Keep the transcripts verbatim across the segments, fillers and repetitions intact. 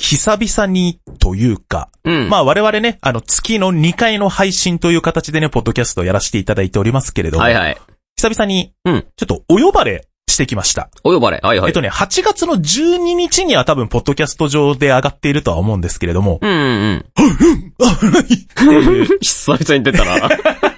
久々にというか、うん、まあ我々ね、あの月のにかいの配信という形でね、ポッドキャストをやらせていただいておりますけれども、 はいはい。 久々に、ちょっとお呼ばれしてきました。 お呼ばれはいはい。 えっとね、はちがつのじゅうににちには多分、ポッドキャスト上で上がっているとは思うんですけれども、 うんうんうん。 あ、はい。 久々に出たな。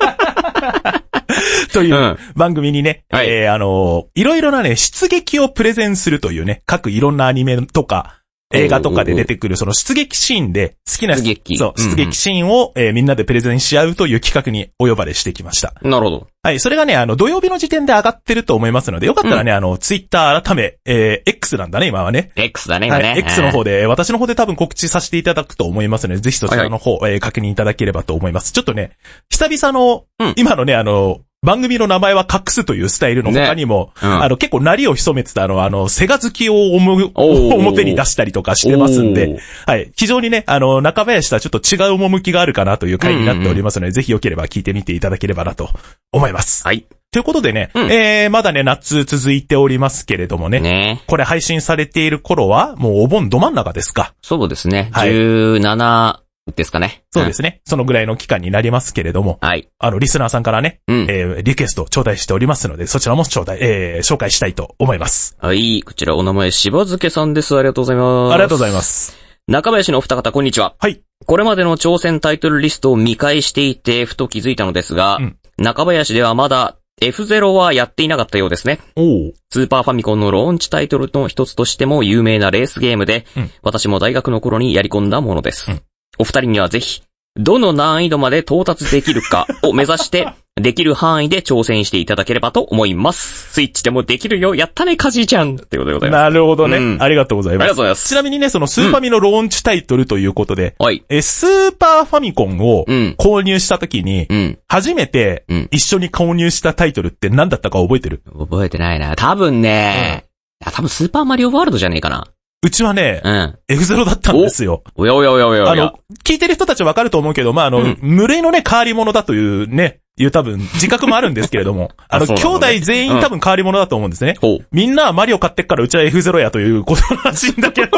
という番組にね、 うん、 えー、あのー、いろいろなね、出撃をプレゼンするというね、各いろんなアニメとか、映画とかで出てくるその出撃シーンで好きな、 出撃そう、出撃シーンを、えー、みんなでプレゼンし合うという企画にお呼ばれしてきました。 なるほど。 はい、それがね、あの、土曜日の時点で上がってると思いますので、よかったらね、うん、あの、ツイッター改め、えー、X なんだね、今はね。 X だね、今ね。 はい、X の方で、私の方で多分告知させていただくと思いますので、ぜひそちらの方、はいはい、えー、確認いただければと思います。ちょっとね、久々の、うん、今のね、あの、番組の名前は隠すというスタイルの他にも、ねうん、あの結構なりを潜めてたあの、あの、セガ好きを表に出したりとかしてますんで、はい。非常にね、あの、中林とはちょっと違う趣があるかなという回になっておりますので、うんうんうん、ぜひよければ聞いてみていただければなと思います。 はい。 ということでね、うん、えー、まだね、夏続いておりますけれどもね。 ね。 これ配信されている頃は、もうお盆ど真ん中ですか。 そうですね。はい。じゅうなな、ですかね。 そうですね、うん。そのぐらいの期間になりますけれども。 はい。 あの、リスナーさんからね、 うん、 えー、リクエスト頂戴しておりますので、そちらも頂戴、えー、紹介したいと思います。 はい。こちらお名前、しばづけさんです。ありがとうございます。 ありがとうございます。 中林のお二方、こんにちは。 はい。 これまでの挑戦タイトルリストを見返していて、ふと気づいたのですが、うん、中林ではまだ、エフゼロ はやっていなかったようですね。 おー。 スーパーファミコンのローンチタイトルの一つとしても有名なレースゲームで、うん、私も大学の頃にやり込んだものです。うん、お二人にはぜひ、どの難易度まで到達できるかを目指して、できる範囲で挑戦していただければと思います。スイッチでもできるよ。やったね、カジーちゃんってことでございます。 なるほどね、うん。ありがとうございます。 ありがとうございます。 ちなみにね、そのスーファミのローンチタイトルということで、 はい、 えスーパーファミコンを購入したときに、うん、初めて一緒に購入したタイトルって何だったか覚えてる？ 覚えてないな。多分ね、うん、多分スーパーマリオワールドじゃねえかな。 うちはね、 うん、 エフゼロ だったんですよ。 おやおやおやおやおや。 あの、聞いてる人たちわかると思うけど、まあ、あの、うん、無類のね、変わり者だというね、いう多分、自覚もあるんですけれども、あの、あね、兄弟全員多分変わり者だと思うんですね。 うん、 みんなはマリオ買ってっからうちは エフゼロ やということらしいんだけど。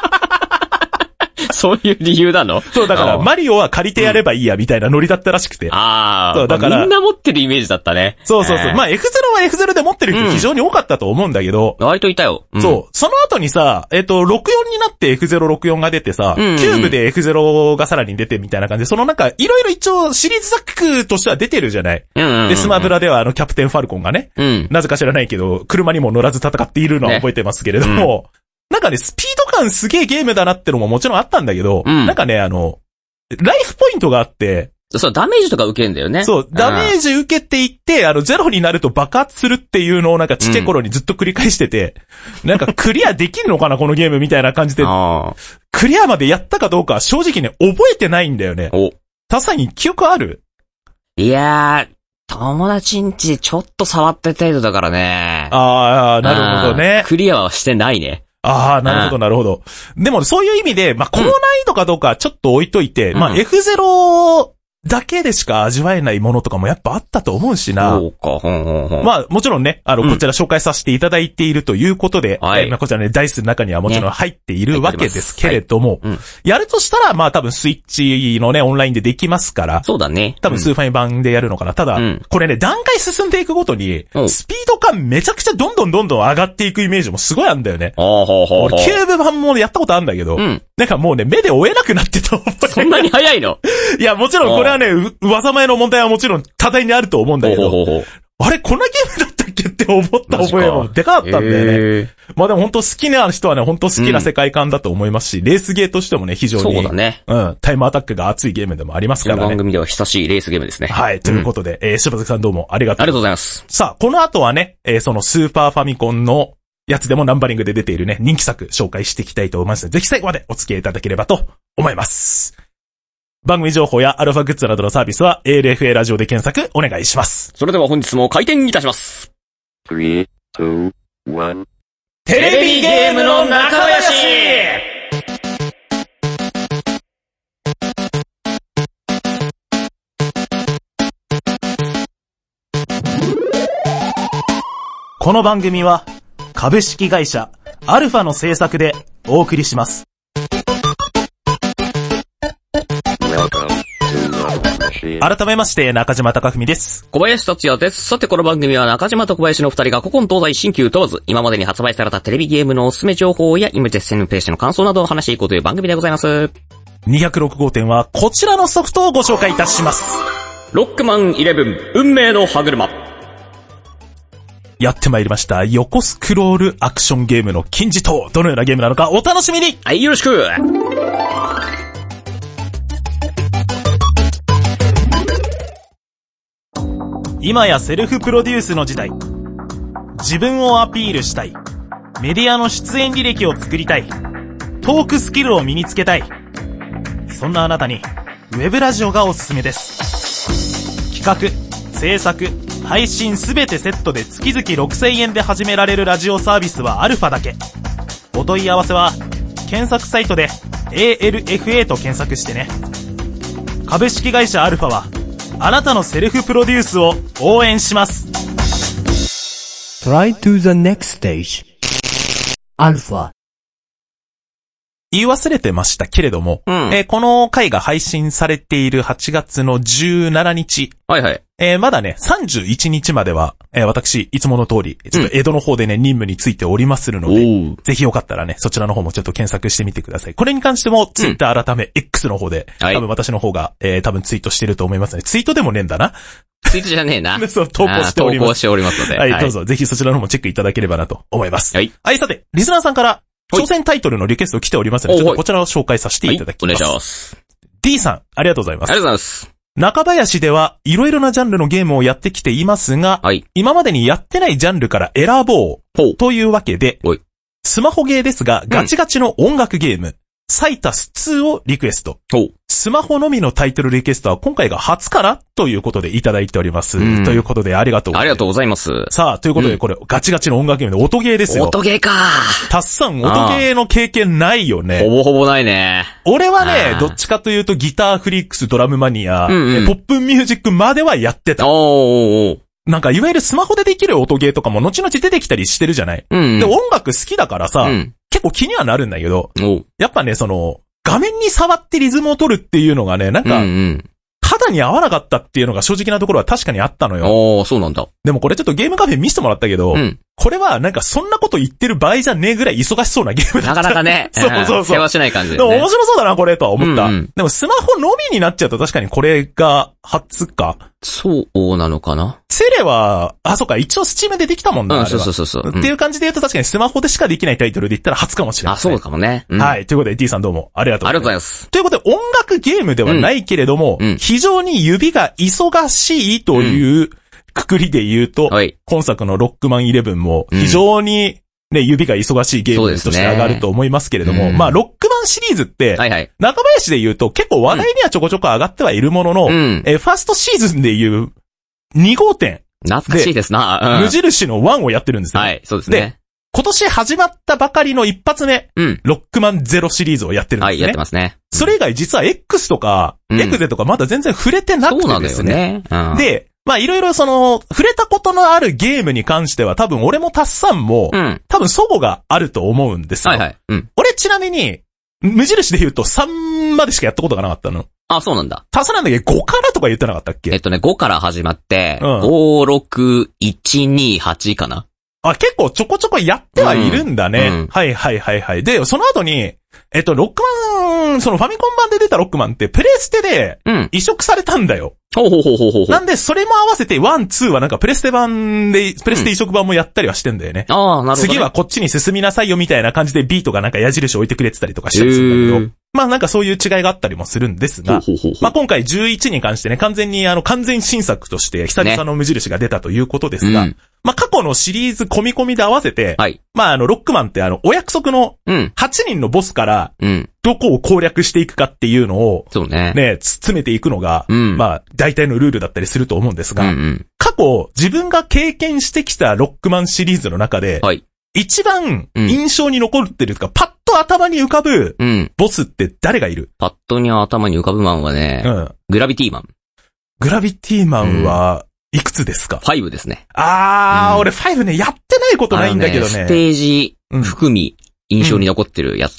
そういう理由なの？ そう、だから、マリオは借りてやればいいや、みたいなノリだったらしくて。 ああ。 そう、だから、 まあ、みんな持ってるイメージだったね。 そうそうそう。えー、まあ、エフゼロ は エフゼロ で持ってる人非常に多かったと思うんだけど。 うん、割といたよ。 うん、そう。その後にさ、えっと、ろくよんになって エフゼロろくよん が出てさ、うんうんうん、キューブで エフゼロ がさらに出てみたいな感じで、そのなんか、いろいろ一応シリーズ作としては出てるじゃない。 うんうんうんうん、 で、スマブラではあの、キャプテンファルコンがね、 うん、 なぜか知らないけど、車にも乗らず戦っているのは覚えてますけれども、ねうんなんかね、スピード感すげえゲームだなってのももちろんあったんだけど、うん、なんかね、あの、ライフポイントがあって、 そう、ダメージとか受けんだよね。 そう、ダメージ受けていって、あの、ゼロになると爆発するっていうのをなんかちっちゃい頃にずっと繰り返してて、うん、なんかクリアできるのかな、このゲームみたいな感じで、クリアまでやったかどうか正直ね、覚えてないんだよね。 お。 たさに記憶ある？ いやー、友達んちちょっと触って程度だからね。 ああ、なるほどね。 クリアはしてないね。 ああ、なるほど、なるほど。でも、そういう意味で、まあ、高難易度かどうかちょっと置いといて、うん、まあ、エフゼロ だけでしか味わえないものとかもやっぱあったと思うしな。 そうか、ほんほんほん。 まあ、もちろんね、あの、こちら紹介させていただいているということで、 はい、 えー、まあ、こちらね、ダイスの中にはもちろん入っているわけですけれども、 はいうん、 やるとしたら、まあ、多分スイッチのね、オンラインでできますから、 そうだね。 多分スーファミ版でやるのかな。ただ、うん、これね、段階進んでいくごとに、 うん、 スピード感めちゃくちゃどんどんどんどん上がっていくイメージもすごいあるんだよね。 ほうほうほうほう俺、キューブ版もやったことあるんだけど、うん、なんかもうね、目で追えなくなってた。 そんなに早いの？ いや、もちろんこれはね、噂前の問題はもちろん多大にあると思うんだけど、 ほうほうほうあれ、こんなゲームだったっけって思った覚えもでかかったんだよね。えー、まあでも本当好きな人はね、本当好きな世界観だと思いますし、うん、レースゲーとしてもね、非常に。 そうだね。 うん。タイムアタックが熱いゲームでもありますからね。 この番組では久しいレースゲームですね。 はい。ということで、うん、えー、柴崎さんどうもありがとう。 ありがとうございます。 さあ、この後はね、えー、そのスーパーファミコンのやつでもナンバリングで出ているね、人気作紹介していきたいと思いますので、ぜひ最後までお付き合いいただければと思います。番組情報やアルファグッズなどのサービスは エーエルエフエー ラジオで検索お願いします。 それでは本日も開店いたします。 さん、に、いちテレビゲームの中林。 この番組は株式会社アルファの制作でお送りします。 改めまして、中島貴文です。 小林達也です。さて、この番組は中島と小林の二人が古今東西新旧問わず、今までに発売されたテレビゲームのおすすめ情報や今実践のページの感想などを話していこうという番組でございます。 にひゃくろく号店はこちらのソフトをご紹介いたします。 ロックマンイレブン、運命の歯車。 やってまいりました。横スクロールアクションゲームの金字塔。どのようなゲームなのかお楽しみに。 はい、よろしく。 今やセルフプロデュースの時代。自分をアピールしたい。メディアの出演履歴を作りたい。トークスキルを身につけたい。そんなあなたにウェブラジオがおすすめです。企画、制作、配信すべてセットで月々ろくせんえんで始められるラジオサービスはアルファだけ。お問い合わせは検索サイトで エーエルエフエー と検索してね。株式会社アルファはあなたのセルフプロデュースを応援します。 Try to the next stage アルファ。 言い忘れてましたけれども、うん、えー、この回が配信されているはちがつのじゅうしちにち。 はいはい。 えー、まだね、さんじゅういちにちまでは、えー、私、いつもの通り、ちょっと江戸の方でね、うん、任務についておりまするので、ぜひよかったらね、そちらの方もちょっと検索してみてください。これに関しても、ツイッター改め X の方で、うん、多分私の方が、えー、多分ツイートしてると思いますね。ツイートでもねえんだな。 ツイートじゃねえな。 そう、投稿しております。 投稿しておりますので。 はい、はい、どうぞ、ぜひそちらの方もチェックいただければなと思います。 はい。 はい、さて、リスナーさんから、挑戦タイトルのリクエスト来ておりますので、ちょっとこちらを紹介させていただきます。 はい、お願いします。 D さん、ありがとうございます。 ありがとうございます。 中林では、いろいろなジャンルのゲームをやってきていますが、はい、今までにやってないジャンルから選ぼう、というわけで、スマホゲーですが、ガチガチの音楽ゲーム、うん、サイタスツーをリクエスト。スマホのみのタイトルリクエストは今回が初かなということでいただいております。うん、ということでありがとうございます。 ありがとうございます。 さあ、ということでこれ、うん、ガチガチの音楽ゲームで音ゲーですよ。 音ゲーかタッサン、音ゲーの経験ないよね。 ほぼほぼないね。 俺はね、どっちかというとギターフリックス、ドラムマニア、うんうん、ポップミュージックまではやってた。 おーおーなんかいわゆるスマホでできる音ゲーとかも後々出てきたりしてるじゃない、うんうん、で、音楽好きだからさ、うん、結構気にはなるんだけど、やっぱね、その、画面に触ってリズムを取るっていうのがね、なんか、肌に合わなかったっていうのが正直なところは確かにあったのよ。 おー、そうなんだ。 でもこれちょっとゲームカフェ見せてもらったけど、うん、これはなんかそんなこと言ってる場合じゃねえぐらい忙しそうなゲームだった。 なかなかね。 そうそうそう。 世話しない感じで、 ね。でも面白そうだな、これ、とは思った。うんうん、でもスマホのみになっちゃうと確かにこれが初か。 そうなのかな。 セレは、あ、そうか、一応スチームでできたもんな。 うん、そうそうそうそう、うん。 っていう感じで言うと確かにスマホでしかできないタイトルで言ったら初かもしれない、ね。 あ、そうかもね、 うん。はい。ということで D さんどうもありがとうございます。 ありがとうございます。 ということで音楽ゲームではないけれども、うん、非常に指が忙しいという、くくりで言うと、はい、今作のロックマンイレブンも非常にね、指が忙しいゲームとして上がると思いますけれども、ね、まあロックマンシリーズって、はいはい、中林で言うと結構話題にはちょこちょこ上がってはいるものの、うん、えファーストシーズンで言うに号店。 懐かしいですな。 うん、無印のワンをやってるんですよ。 はい、そうですね。で、 今年始まったばかりの一発目、うん、ロックマンゼロシリーズをやってるんですね。 はい、やってますね。 うん、それ以外実は X とか、うん、エクゼとかまだ全然触れてなくてですね。そうなんだよね。うん、で、まあいろいろその、触れたことのあるゲームに関しては多分俺もタッサンも、うん、多分祖母があると思うんですよ。はいはい。うん、俺ちなみに、無印で言うとさんまでしかやったことがなかったの。 あ、そうなんだ。 タッサンなんだけどごからとか言ってなかったっけ？ えっとね、ごから始まって、うん、ご、ろく、いち、に、はちかな。 あ、結構ちょこちょこやってはいるんだね。うんうん、はいはいはいはい。で、その後に、えっと、ロックマン、そのファミコン版で出たロックマンってプレステで移植されたんだよ。 ほうほうほうほうほう。 なんで、それも合わせて、ワン、ツーはなんかプレステ版で、プレステ移植版もやったりはしてんだよね。 うん、ああ、なるほど、ね。 次はこっちに進みなさいよみたいな感じでビートがなんか矢印置いてくれてたりとかしたりするんだけど。まあなんかそういう違いがあったりもするんですが、ほうほうほうほう、まあ今回じゅういちに関してね、完全にあの完全新作として久々の無印が出たということですが、ね、うん、まあ過去のシリーズ込み込みで合わせて、はい、まああのロックマンってあのお約束のはちにんのボスからどこを攻略していくかっていうのを、そうね、ね、詰めていくのが、うん、まあ大体のルールだったりすると思うんですが、うんうん、過去自分が経験してきたロックマンシリーズの中で、はい、一番印象に残ってるとか、うん、パッと頭に浮かぶボスって誰がいる？うん、 パッとに頭に浮かぶマンはね、うん、グラビティマン。 グラビティマンはいくつですか？ ファイブ ですね。 あー、うん、俺ファイブね、やってないことないんだけどね。ねステージ含み印象に残ってるやつだね。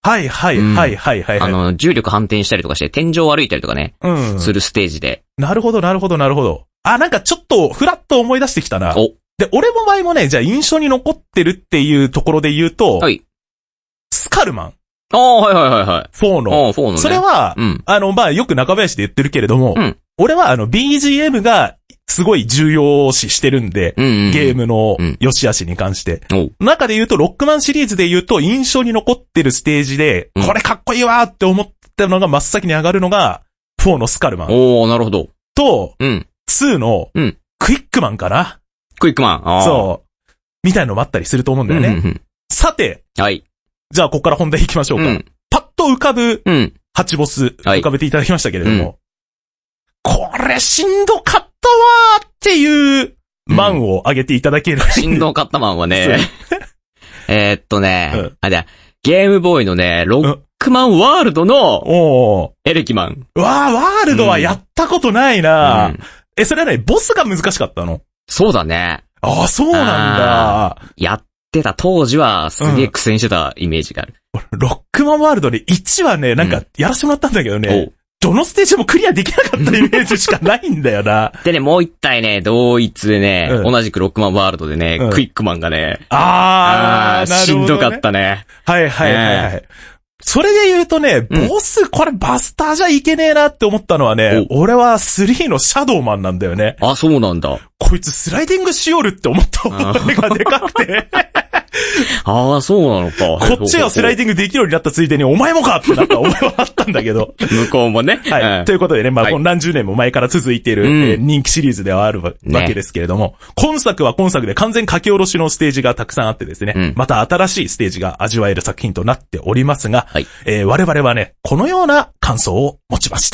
はいはいはいはいはい、はい、 あの、重力反転したりとかして天井を歩いたりとかね。うん。するステージで。 なるほどなるほどなるほど。あ、なんかちょっとフラッと思い出してきたな。お。で、俺も前もね、じゃあ印象に残ってるっていうところで言うと、はい。スカルマン。 ああ、はいはいはいはい。 フォーの。 ああ、フォーのね。 それは、うん、あの、まあ、よく中林で言ってるけれども、うん、俺はあの、ビージーエム がすごい重要視してるんで、うんうんうん、ゲームの良し悪しに関して。うん、中で言うと、ロックマンシリーズで言うと、印象に残ってるステージで、うん、これかっこいいわーって思ったのが真っ先に上がるのが、フォーのスカルマン。 おー、なるほど。 と、うん、ツーの、クイックマンかな。 クイックマン。あそう。みたいのもあったりすると思うんだよね。うんうんうん、さて。はい。じゃあ、ここから本題行きましょうか。うん、パッと浮かぶ、ハチボス、浮かべていただきましたけれども。はいうん、これしんどかったわーっていう、マンを上げていただける、うん。 しんどかったマンはね、えっとね、うん、あ、じゃゲームボーイのね、ロックマンワールドの、エレキマン。 うわー、ワールドはやったことないな、うん、え、それはね、ボスが難しかったの？ そうだね。 ああ、そうなんだ。 やってた当時はすげえ苦戦してたイメージがある。 うん、ロックマンワールドでいちはね、なんかやらせてもらったんだけどね、うん、どのステージもクリアできなかったイメージしかないんだよな。 でね、もう一体ね、同一でね、うん、同じくロックマンワールドでね、うん、クイックマンがね、 あー、あーなるほどね、 しんどかったね。 はいはいはいはい。ねそれで言うとね、ボス、これバスターじゃいけねえなって思ったのはね、俺はスリーのシャドーマンなんだよね。 あ、そうなんだ。 こいつスライディングしよるって思った思いがでかくて。 ああ、そうなのか。 こっちがスライディングできるようになったついでに、お前もかってなった思いはあったんだけど。 向こうもね。 はい。うん、ということでね、まあ、はい、この何十年も前から続いている、うんえー、人気シリーズではあるわけですけれども、ね、今作は今作で完全書き下ろしのステージがたくさんあってですね、うん、また新しいステージが味わえる作品となっておりますが、はいえー、我々はね、このような感想を持ちました。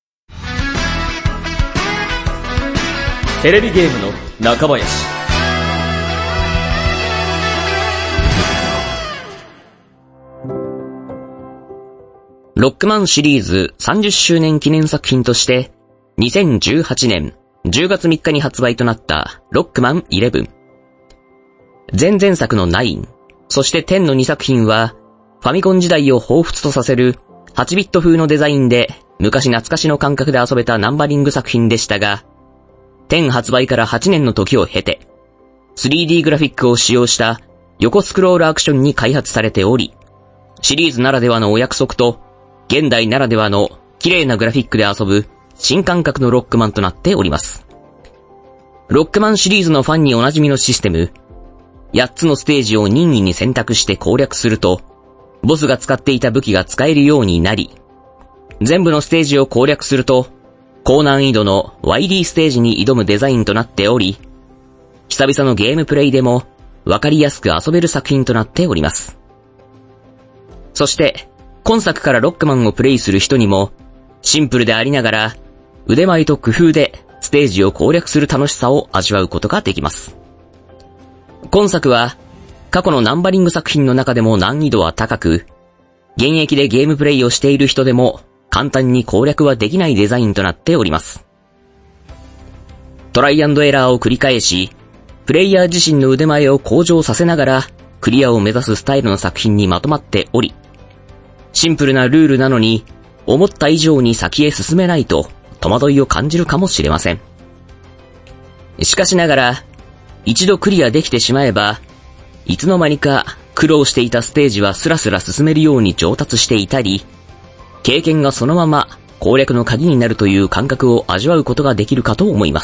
テレビゲームの中林。ロックマンシリーズさんじゅっしゅうねん記念作品として、にせんじゅうはちねんじゅうがつみっかに発売となったロックマンイレブン。前々作のナイン、そしてテンのにさく品は、ファミコン時代を彷彿とさせるはちビット風のデザインで、昔懐かしの感覚で遊べたナンバリング作品でしたが、テン発売からはちねんの時を経て、スリーディー グラフィックを使用した横スクロールアクションに開発されており、シリーズならではのお約束と、現代ならではの綺麗なグラフィックで遊ぶ新感覚のロックマンとなっております。ロックマンシリーズのファンにおなじみのシステム、やっつのステージを任意に選択して攻略すると、ボスが使っていた武器が使えるようになり、全部のステージを攻略すると、高難易度の ワイディー ステージに挑むデザインとなっており、久々のゲームプレイでもわかりやすく遊べる作品となっております。そして、今作からロックマンをプレイする人にも、シンプルでありながら、腕前と工夫でステージを攻略する楽しさを味わうことができます。今作は、過去のナンバリング作品の中でも難易度は高く、現役でゲームプレイをしている人でも簡単に攻略はできないデザインとなっております。トライアンドエラーを繰り返し、プレイヤー自身の腕前を向上させながら、クリアを目指すスタイルの作品にまとまっており、シンプルなルールなのに、思った以上に先へ進めないと戸惑いを感じるかもしれません。しかしながら、一度クリアできてしまえば、いつの間にか苦労していたステージはスラスラ進めるように上達していたり、経験がそのまま攻略の鍵になるという感覚を味わうことができるかと思います。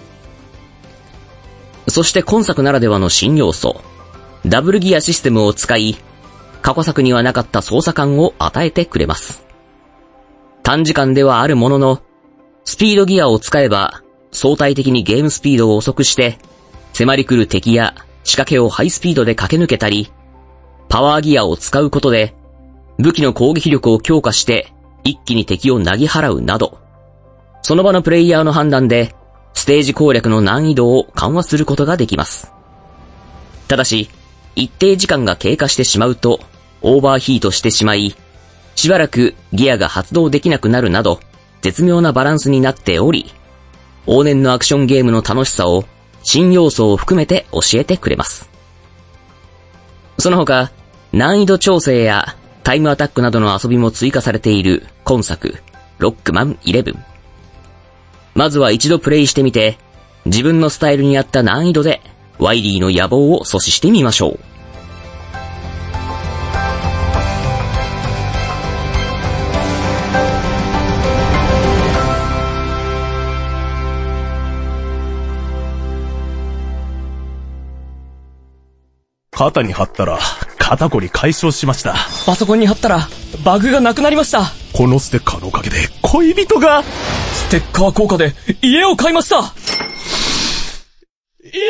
そして今作ならではの新要素、ダブルギアシステムを使い、過去作にはなかった操作感を与えてくれます。短時間ではあるものの、スピードギアを使えば相対的にゲームスピードを遅くして、迫り来る敵や仕掛けをハイスピードで駆け抜けたり、パワーギアを使うことで、武器の攻撃力を強化して一気に敵をなぎ払うなど、その場のプレイヤーの判断で、ステージ攻略の難易度を緩和することができます。ただし、一定時間が経過してしまうと、オーバーヒートしてしまい、しばらくギアが発動できなくなるなど、絶妙なバランスになっており、往年のアクションゲームの楽しさを、新要素を含めて教えてくれます。その他、難易度調整やタイムアタックなどの遊びも追加されている今作、ロックマンイレブン。まずは一度プレイしてみて、自分のスタイルに合った難易度で、ワイリーの野望を阻止してみましょう。 肩に貼ったら、肩こり解消しました。 パソコンに貼ったら、バグがなくなりました。 このステッカーのおかげで、恋人が、 ステッカー効果で、家を買いました。イ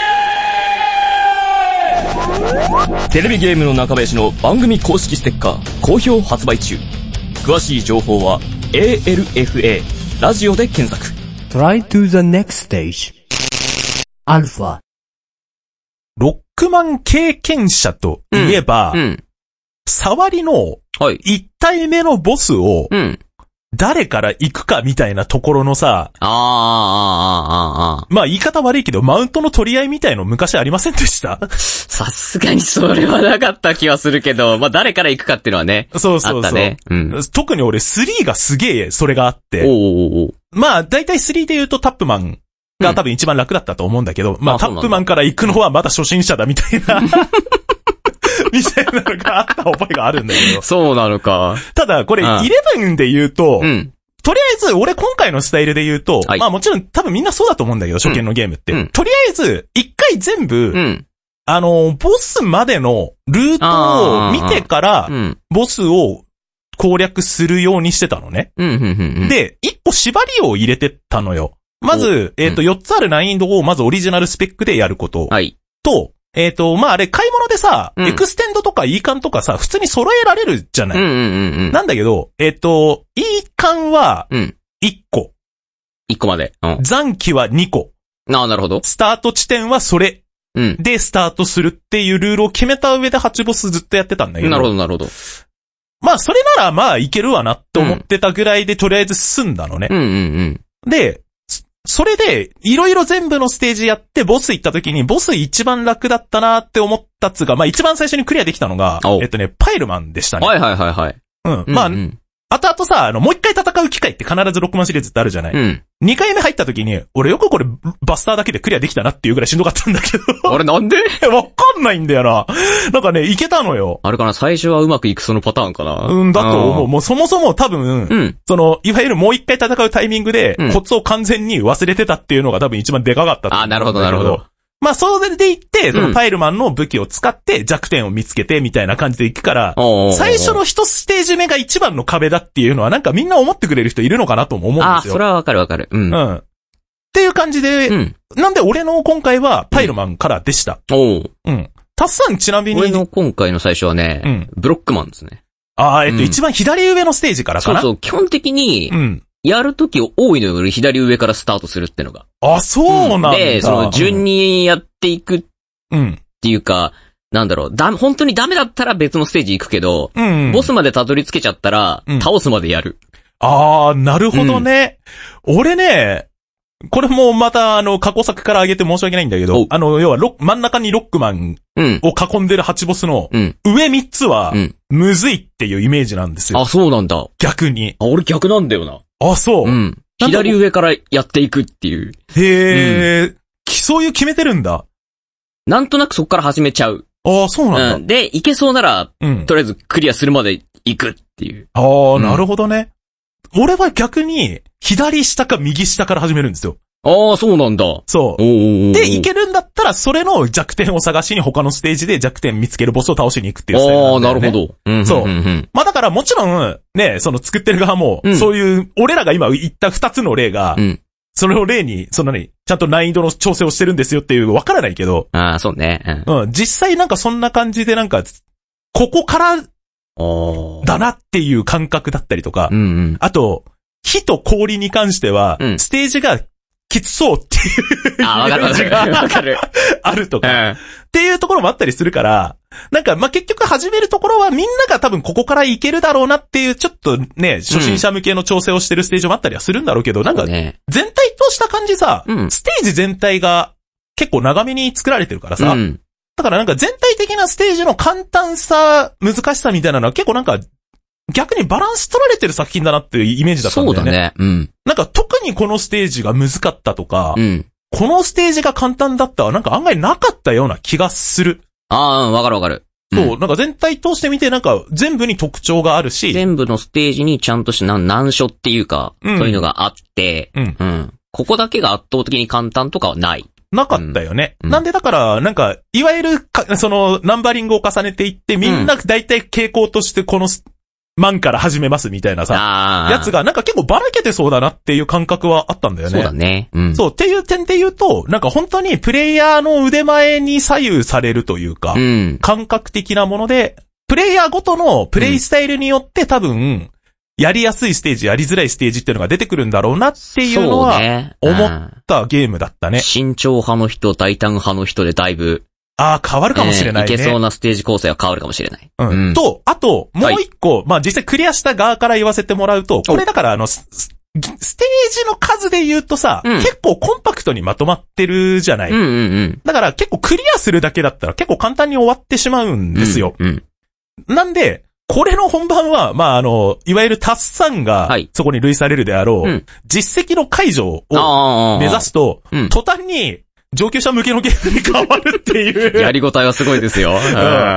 エーイ！テレビゲームの中林の番組公式ステッカー、好評発売中。詳しい情報は、エーエルエフエー、ラジオで検索。 Try to the next stage. アルファ。 ロックマン経験者といえば、うんうん、触りの一体目のボスを誰から行くかみたいなところのさ、 あーあーあーあーあー。 まあ言い方悪いけどマウントの取り合いみたいの昔ありませんでした？ さすがにそれはなかった気はするけど、まあ誰から行くかっていうのはね。 そうそうそう。 あったね。うん、 特に俺スリーがすげえそれがあって。 おーおーおー。 まあ大体スリーで言うとタップマンが多分一番楽だったと思うんだけど、うん、まあタップマンから行くのはまだ初心者だみたいなみたいなのがあった覚えがあるんだけど。 そうなのか。 ただこれイレブンで言うと、 うん、 とりあえず俺今回のスタイルで言うと、はい、まあもちろん多分みんなそうだと思うんだけど、初見のゲームって、うん、とりあえず一回全部、うん、あのボスまでのルートを見てからボスを攻略するようにしてたのね。 うんうんうんうん、 で一個縛りを入れてったのよ。まず、えっと、よっつある難易度をまずオリジナルスペックでやること。 はい。 と、えっと、まあ、あれ、買い物でさ、うん、エクステンドとか E カンとかさ、普通に揃えられるじゃない。 うんうんうんうん、 なんだけど、えっと、E カンはいっこ。 いっこまで。うん、 残機はにこ。 ああ、なるほど。 スタート地点はそれ。うん。で、スタートするっていうルールを決めた上ではちボスずっとやってたんだけど。 なるほど、なるほど。 まあ、それならまあ、いけるわなって思ってたぐらいで、とりあえず済んだのね。 うんうんうん。 で、それで、いろいろ全部のステージやって、ボス行った時に、ボス一番楽だったなって思ったっつうか、まあ一番最初にクリアできたのが、えっとね、パイルマンでしたね。 はいはいはいはい。 うん。うん、まあ、うん、後々さ、あの、もう一回戦う機会って必ずロックマンシリーズってあるじゃない。 うん。 二回目入った時に、俺よくこれ、バスターだけでクリアできたなっていうぐらいしんどかったんだけど。 あれなんで？ わかんないんだよな。なんかね、いけたのよ。 あれかな、最初はうまくいくそのパターンかな。 うんだと思う。もうそもそも多分、うん、その、いわゆるもう一回戦うタイミングで、コツを完全に忘れてたっていうのが多分一番でかかったと思う。 あ、なるほどなるほど。 まあ、それでいって、そのパイルマンの武器を使って弱点を見つけてみたいな感じでいくから、最初の一ステージ目が一番の壁だっていうのはなんかみんな思ってくれる人いるのかなとも思うんですよ。 あ、それはわかるわかる。うん。 うん。っていう感じで、うん、なんで俺の今回はパイルマンからでした。 うん、おう。 うん。タスさんちなみに。 俺の今回の最初はね、うん、ブロックマンですね。 ああ、えっと、うん、一番左上のステージからかな。 そうそう、基本的に、うん。やるとき多いのより左上からスタートするってのが。 あ、そうなんだ。 で、その順にやっていくっていうか、うん、なんだろう、だ、本当にダメだったら別のステージ行くけど、うんうん、ボスまでたどり着けちゃったら、うん、倒すまでやる。 ああ、なるほどね。うん、俺ね、これもまたあの過去作から挙げて申し訳ないんだけど、あの要はロ真ん中にロックマンを囲んでるはちボスの上みっつはむずいっていうイメージなんですよ。 あ、そうなんだ。 逆に。 あ、俺逆なんだよな。 あ、そう。 うん。左上からやっていくっていう。 へえ、うん、そういう決めてるんだ。 なんとなくそこから始めちゃう。 ああ、そうなんだ。 うん、で、いけそうなら、うん、とりあえずクリアするまで行くっていう。 ああ、うん、なるほどね。俺は逆に、左下か右下から始めるんですよ。 ああ、そうなんだ。 そう。で、いけるんだったら、それの弱点を探しに他のステージで弱点見つけるボスを倒しに行くっていうスタイルなんだよね。 ああ、なるほど。うん、 そう。うん、まあだからもちろん、ね、その作ってる側も、うん、そういう、俺らが今言った二つの例が、うん、それを例に、そんなに、ちゃんと難易度の調整をしてるんですよっていうわからないけど。 ああ、そうね。 うん。うん、実際なんかそんな感じでなんか、ここから、だなっていう感覚だったりとか、 うんうん、 あと、火と氷に関しては、うん、ステージがきつそうっていう。 あ、わかるわかる。わかる。 あるとか、 うん。 っていうところもあったりするから、なんか、ま、結局始めるところはみんなが多分ここからいけるだろうなっていう、ちょっとね、初心者向けの調整をしてるステージもあったりはするんだろうけど、うん、なんか、全体とした感じさ、うん、ステージ全体が結構長めに作られてるからさ、うん、 だからなんか全体的なステージの簡単さ、難しさみたいなのは結構なんか、逆にバランス取られてる作品だなっていうイメージだったんだよね。 そうだね。うん。 なんか特にこのステージが難かったとか、 うん。 このステージが簡単だったはなんか案外なかったような気がする。 ああ、わかるわかる。 そう、 うん、 なんか全体通してみてなんか全部に特徴があるし。 全部のステージにちゃんとした難所っていうか、うん、そういうのがあって、うん。うん。ここだけが圧倒的に簡単とかはない。 なかったよね。 うん、 なんでだから、なんか、いわゆるか、その、ナンバリングを重ねていって、みんな大体傾向としてこの、マンから始めますみたいなさ、やつがなんか結構ばらけてそうだなっていう感覚はあったんだよね。 そうだね。うん。 そう、っていう点で言うと、なんか本当にプレイヤーの腕前に左右されるというか、うん、感覚的なもので、プレイヤーごとのプレイスタイルによって多分、やりやすいステージ、やりづらいステージっていうのが出てくるんだろうなっていうのは、思ったゲームだったね。 慎重派の人、大胆派の人でだいぶ、 ああ、変わるかもしれないね。 いけそうなステージ構成は変わるかもしれない。 うん。うん、と、あと、もう一個、はい、まあ実際クリアした側から言わせてもらうと、これだからあの、ス、ステージの数で言うとさ、うん、結構コンパクトにまとまってるじゃない。 うんうんうん。 だから結構クリアするだけだったら結構簡単に終わってしまうんですよ。 うん、 うん。なんで、これの本番は、まああの、いわゆるタッサンが、そこに類されるであろう、はい、実績の解除を目指すと、うん、途端に、上級者向けのゲームに変わるっていう。 やりごたえはすごいですよ。うん、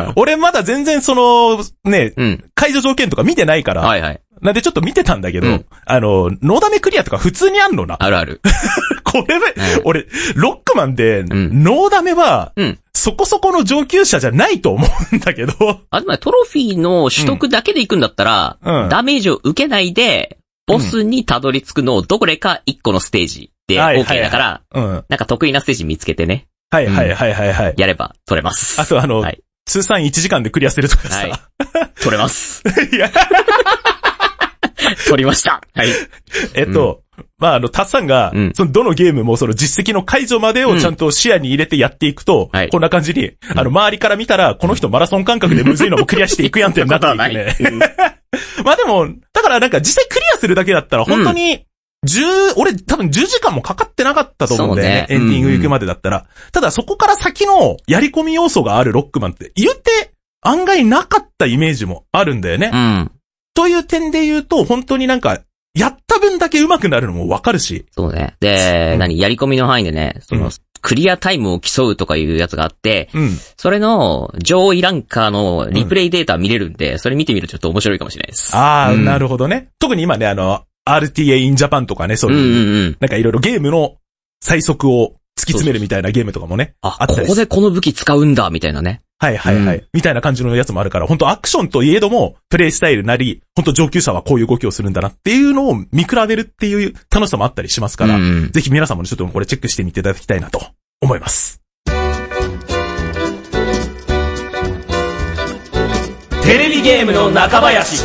俺まだ全然その、ね、うん、解除条件とか見てないから。 はいはい。 なんでちょっと見てたんだけど、うん、あの、ノーダメクリアとか普通にあんのな。 あるある。 これ、うん、俺、ロックマンで、うん、ノーダメは、うん、そこそこの上級者じゃないと思うんだけど。 あ、つまりトロフィーの取得だけで行くんだったら、うん、ダメージを受けないで、ボスにたどり着くのをどれか一個のステージ。で、OK だから、うん、なんか得意なステージ見つけてね。 はいはいはいはいはい。 やれば取れます。 あとあの、はい、通算いちじかんでクリアするとかさ。はい、 取れます。いや取りました。はい。 えっと、うん、まああの、タッサンが、うん、そのどのゲームもその実績の解除までをちゃんと視野に入れてやっていくと、うん、こんな感じに、あの、周りから見たら、この人マラソン感覚でむずいのもクリアしていくやんってなっていくね。うん、まあでも、だからなんか実際クリアするだけだったら本当に、じゅう、俺多分じゅうじかんもかかってなかったと思うんだよね。ねエンディング行くまでだったら、うんうん。ただそこから先のやり込み要素があるロックマンって言って案外なかったイメージもあるんだよね。 うん。 という点で言うと本当になんかやった分だけ上手くなるのもわかるし。 そうね。で、うん、何やり込みの範囲でね、その、うん、クリアタイムを競うとかいうやつがあって、うん、それの上位ランカーのリプレイデータ見れるんで、うん、それ見てみるとちょっと面白いかもしれないです。 ああ、うん、なるほどね。特に今ね、あの、アールティーエー in Japan とかね、そういう、うんうんうん、なんかいろいろゲームの最速を突き詰めるみたいなゲームとかもね。 あ、あったりここでこの武器使うんだ、みたいなね。 はいはいはい、うん。みたいな感じのやつもあるから、本当アクションといえども、プレイスタイルなり、本当上級者はこういう動きをするんだなっていうのを見比べるっていう楽しさもあったりしますから、うんうん、ぜひ皆さんもちょっとこれチェックしてみていただきたいなと思います。 テレビゲームの中林。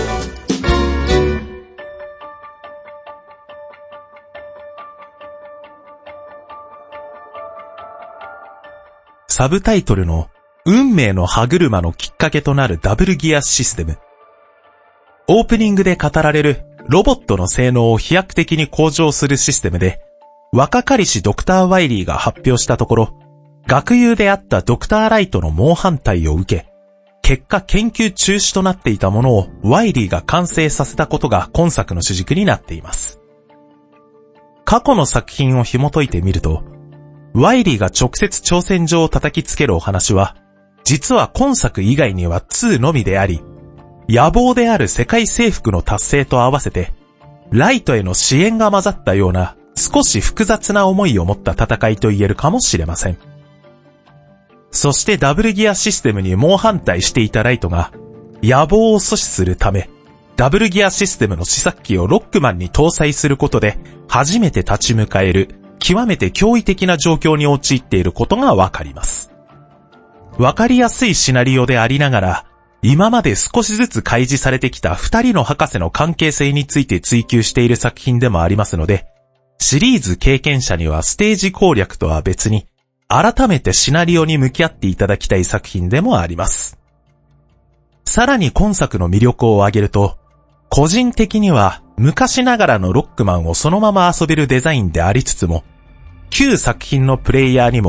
サブタイトルの運命の歯車のきっかけとなるダブルギアシステム。オープニングで語られるロボットの性能を飛躍的に向上するシステムで、若かりしドクター・ワイリーが発表したところ、学友であったドクター・ライトの猛反対を受け、結果研究中止となっていたものをワイリーが完成させたことが今作の主軸になっています。過去の作品を紐解いてみると、ワイリーが直接挑戦状を叩きつけるお話は、実は今作以外にはにのみであり、野望である世界征服の達成と合わせて、ライトへの支援が混ざったような少し複雑な思いを持った戦いと言えるかもしれません。そしてダブルギアシステムに猛反対していたライトが、野望を阻止するため、ダブルギアシステムの試作機をロックマンに搭載することで、初めて立ち向かえる、極めて驚異的な状況に陥っていることがわかります。わかりやすいシナリオでありながら、今まで少しずつ開示されてきた二人の博士の関係性について追求している作品でもありますので、シリーズ経験者にはステージ攻略とは別に、改めてシナリオに向き合っていただきたい作品でもあります。さらに今作の魅力を挙げると、個人的には昔ながらのロックマンをそのまま遊べるデザインでありつつも、旧作品のプレイヤーにも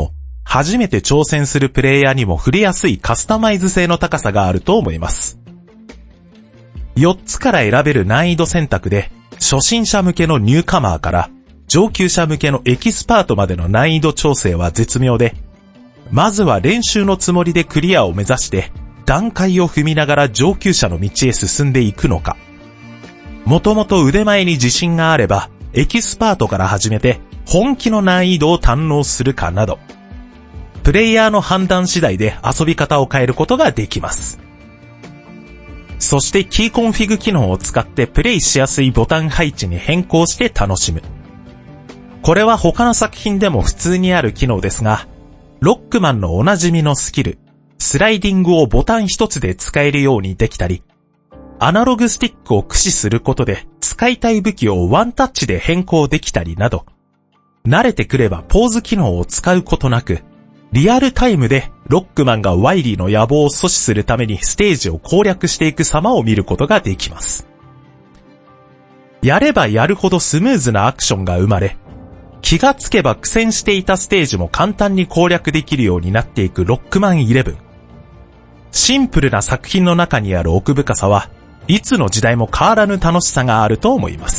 初めて挑戦するプレイヤーにも触れやすいカスタマイズ性の高さがあると思います。よっつから選べる難易度選択で、初心者向けのニューカマーから上級者向けのエキスパートまでの難易度調整は絶妙で、まずは練習のつもりでクリアを目指して段階を踏みながら上級者の道へ進んでいくのか、もともと腕前に自信があればエキスパートから始めて本気の難易度を堪能するかなど、プレイヤーの判断次第で遊び方を変えることができます。そしてキーコンフィグ機能を使ってプレイしやすいボタン配置に変更して楽しむ。これは他の作品でも普通にある機能ですが、ロックマンのおなじみのスキル、スライディングをボタン一つで使えるようにできたり、アナログスティックを駆使することで使いたい武器をワンタッチで変更できたりなど、慣れてくればポーズ機能を使うことなく、リアルタイムでロックマンがワイリーの野望を阻止するためにステージを攻略していく様を見ることができます。やればやるほどスムーズなアクションが生まれ、気がつけば苦戦していたステージも簡単に攻略できるようになっていくロックマンイレブン。シンプルな作品の中にある奥深さはいつの時代も変わらぬ楽しさがあると思います。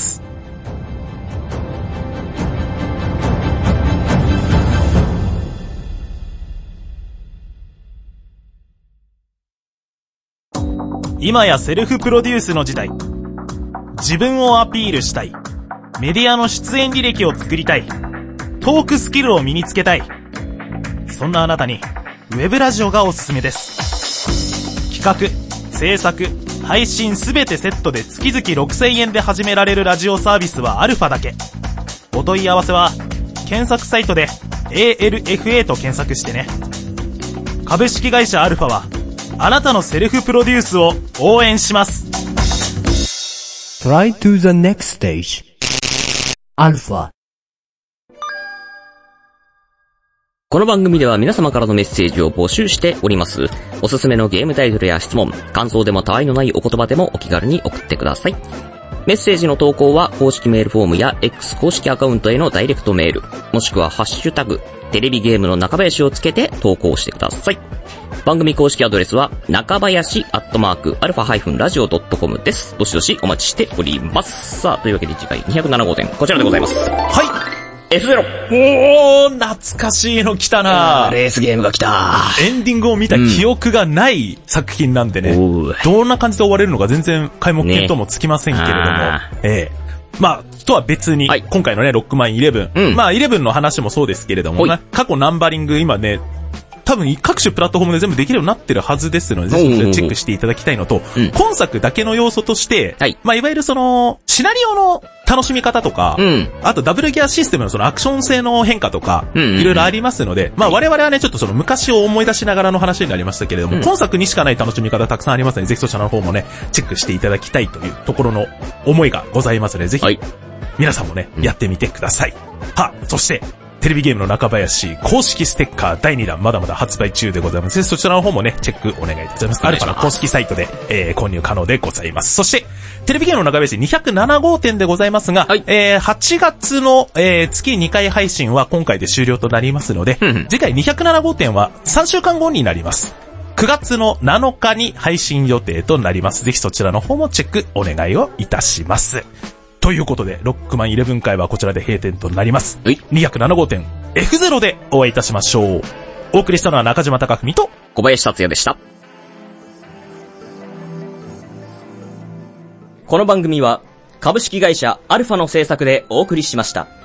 今やセルフプロデュースの時代。自分をアピールしたい。メディアの出演履歴を作りたい。トークスキルを身につけたい。そんなあなたにウェブラジオがおすすめです。企画、制作、配信すべてセットで月々ろくせんえんで始められるラジオサービスはアルファだけ。お問い合わせは検索サイトで エーエルエフエー と検索してね。株式会社アルファはあなたのセルフプロデュースを応援します。 Try to the next stage. アルファ。 この番組では皆様からのメッセージを募集しております。おすすめのゲームタイトルや質問、感想でもたわいのないお言葉でもお気軽に送ってください。メッセージの投稿は公式メールフォームや X 公式アカウントへのダイレクトメール、もしくはハッシュタグテレビゲームの中林をつけて投稿してください。番組公式アドレスは中林アットマークアルファハイフンラジオドットコムです。どしどしお待ちしております。さあ、というわけで次回にひゃくなな号店こちらでございます。 はい、 エフゼロ。 おー、懐かしいの来たな。 レースゲームが来た。 エンディングを見た記憶がない作品なんでね、うん、どんな感じで終われるのか全然皆目見当もつきませんけれども、ね、ええまあ、とは別に、はい、今回のね、ロックマンイレブン、うん、まあ、イレブンの話もそうですけれども、ね、過去ナンバリング今ね、多分各種プラットフォームで全部できるようになってるはずですので、ぜひチェックしていただきたいのと、うん、今作だけの要素として、はい、まあ、いわゆるその、シナリオの楽しみ方とか、うん、あとダブルギアシステムのそのアクション性の変化とか、いろいろありますので、まあ、我々はね、ちょっとその昔を思い出しながらの話になりましたけれども、うん、今作にしかない楽しみ方たくさんありますので、ぜひそちらの方もね、チェックしていただきたいというところの思いがございますので、ぜひ、はい、皆さんもね、やってみてください。は、そして、テレビゲームの中林公式ステッカーだいにだんまだまだ発売中でございます。そちらの方もね、チェックお願いいたします。アルファの公式サイトで、えー、購入可能でございます。そして、テレビゲームの中林にひゃくなな号店でございますが、はい、えー、はちがつの、えー、月にかい配信は今回で終了となりますので、うんうん、次回にひゃくなな号店はさんしゅうかんごになります。くがつのなのかに配信予定となります。ぜひそちらの方もチェックお願いをいたします。ということで、ロックマンイレブン回はこちらで閉店となります。にひゃくなな号店 エフゼロ でお会いいたしましょう。お送りしたのは中島貴文と小林達也でした。この番組は株式会社アルファの制作でお送りしました。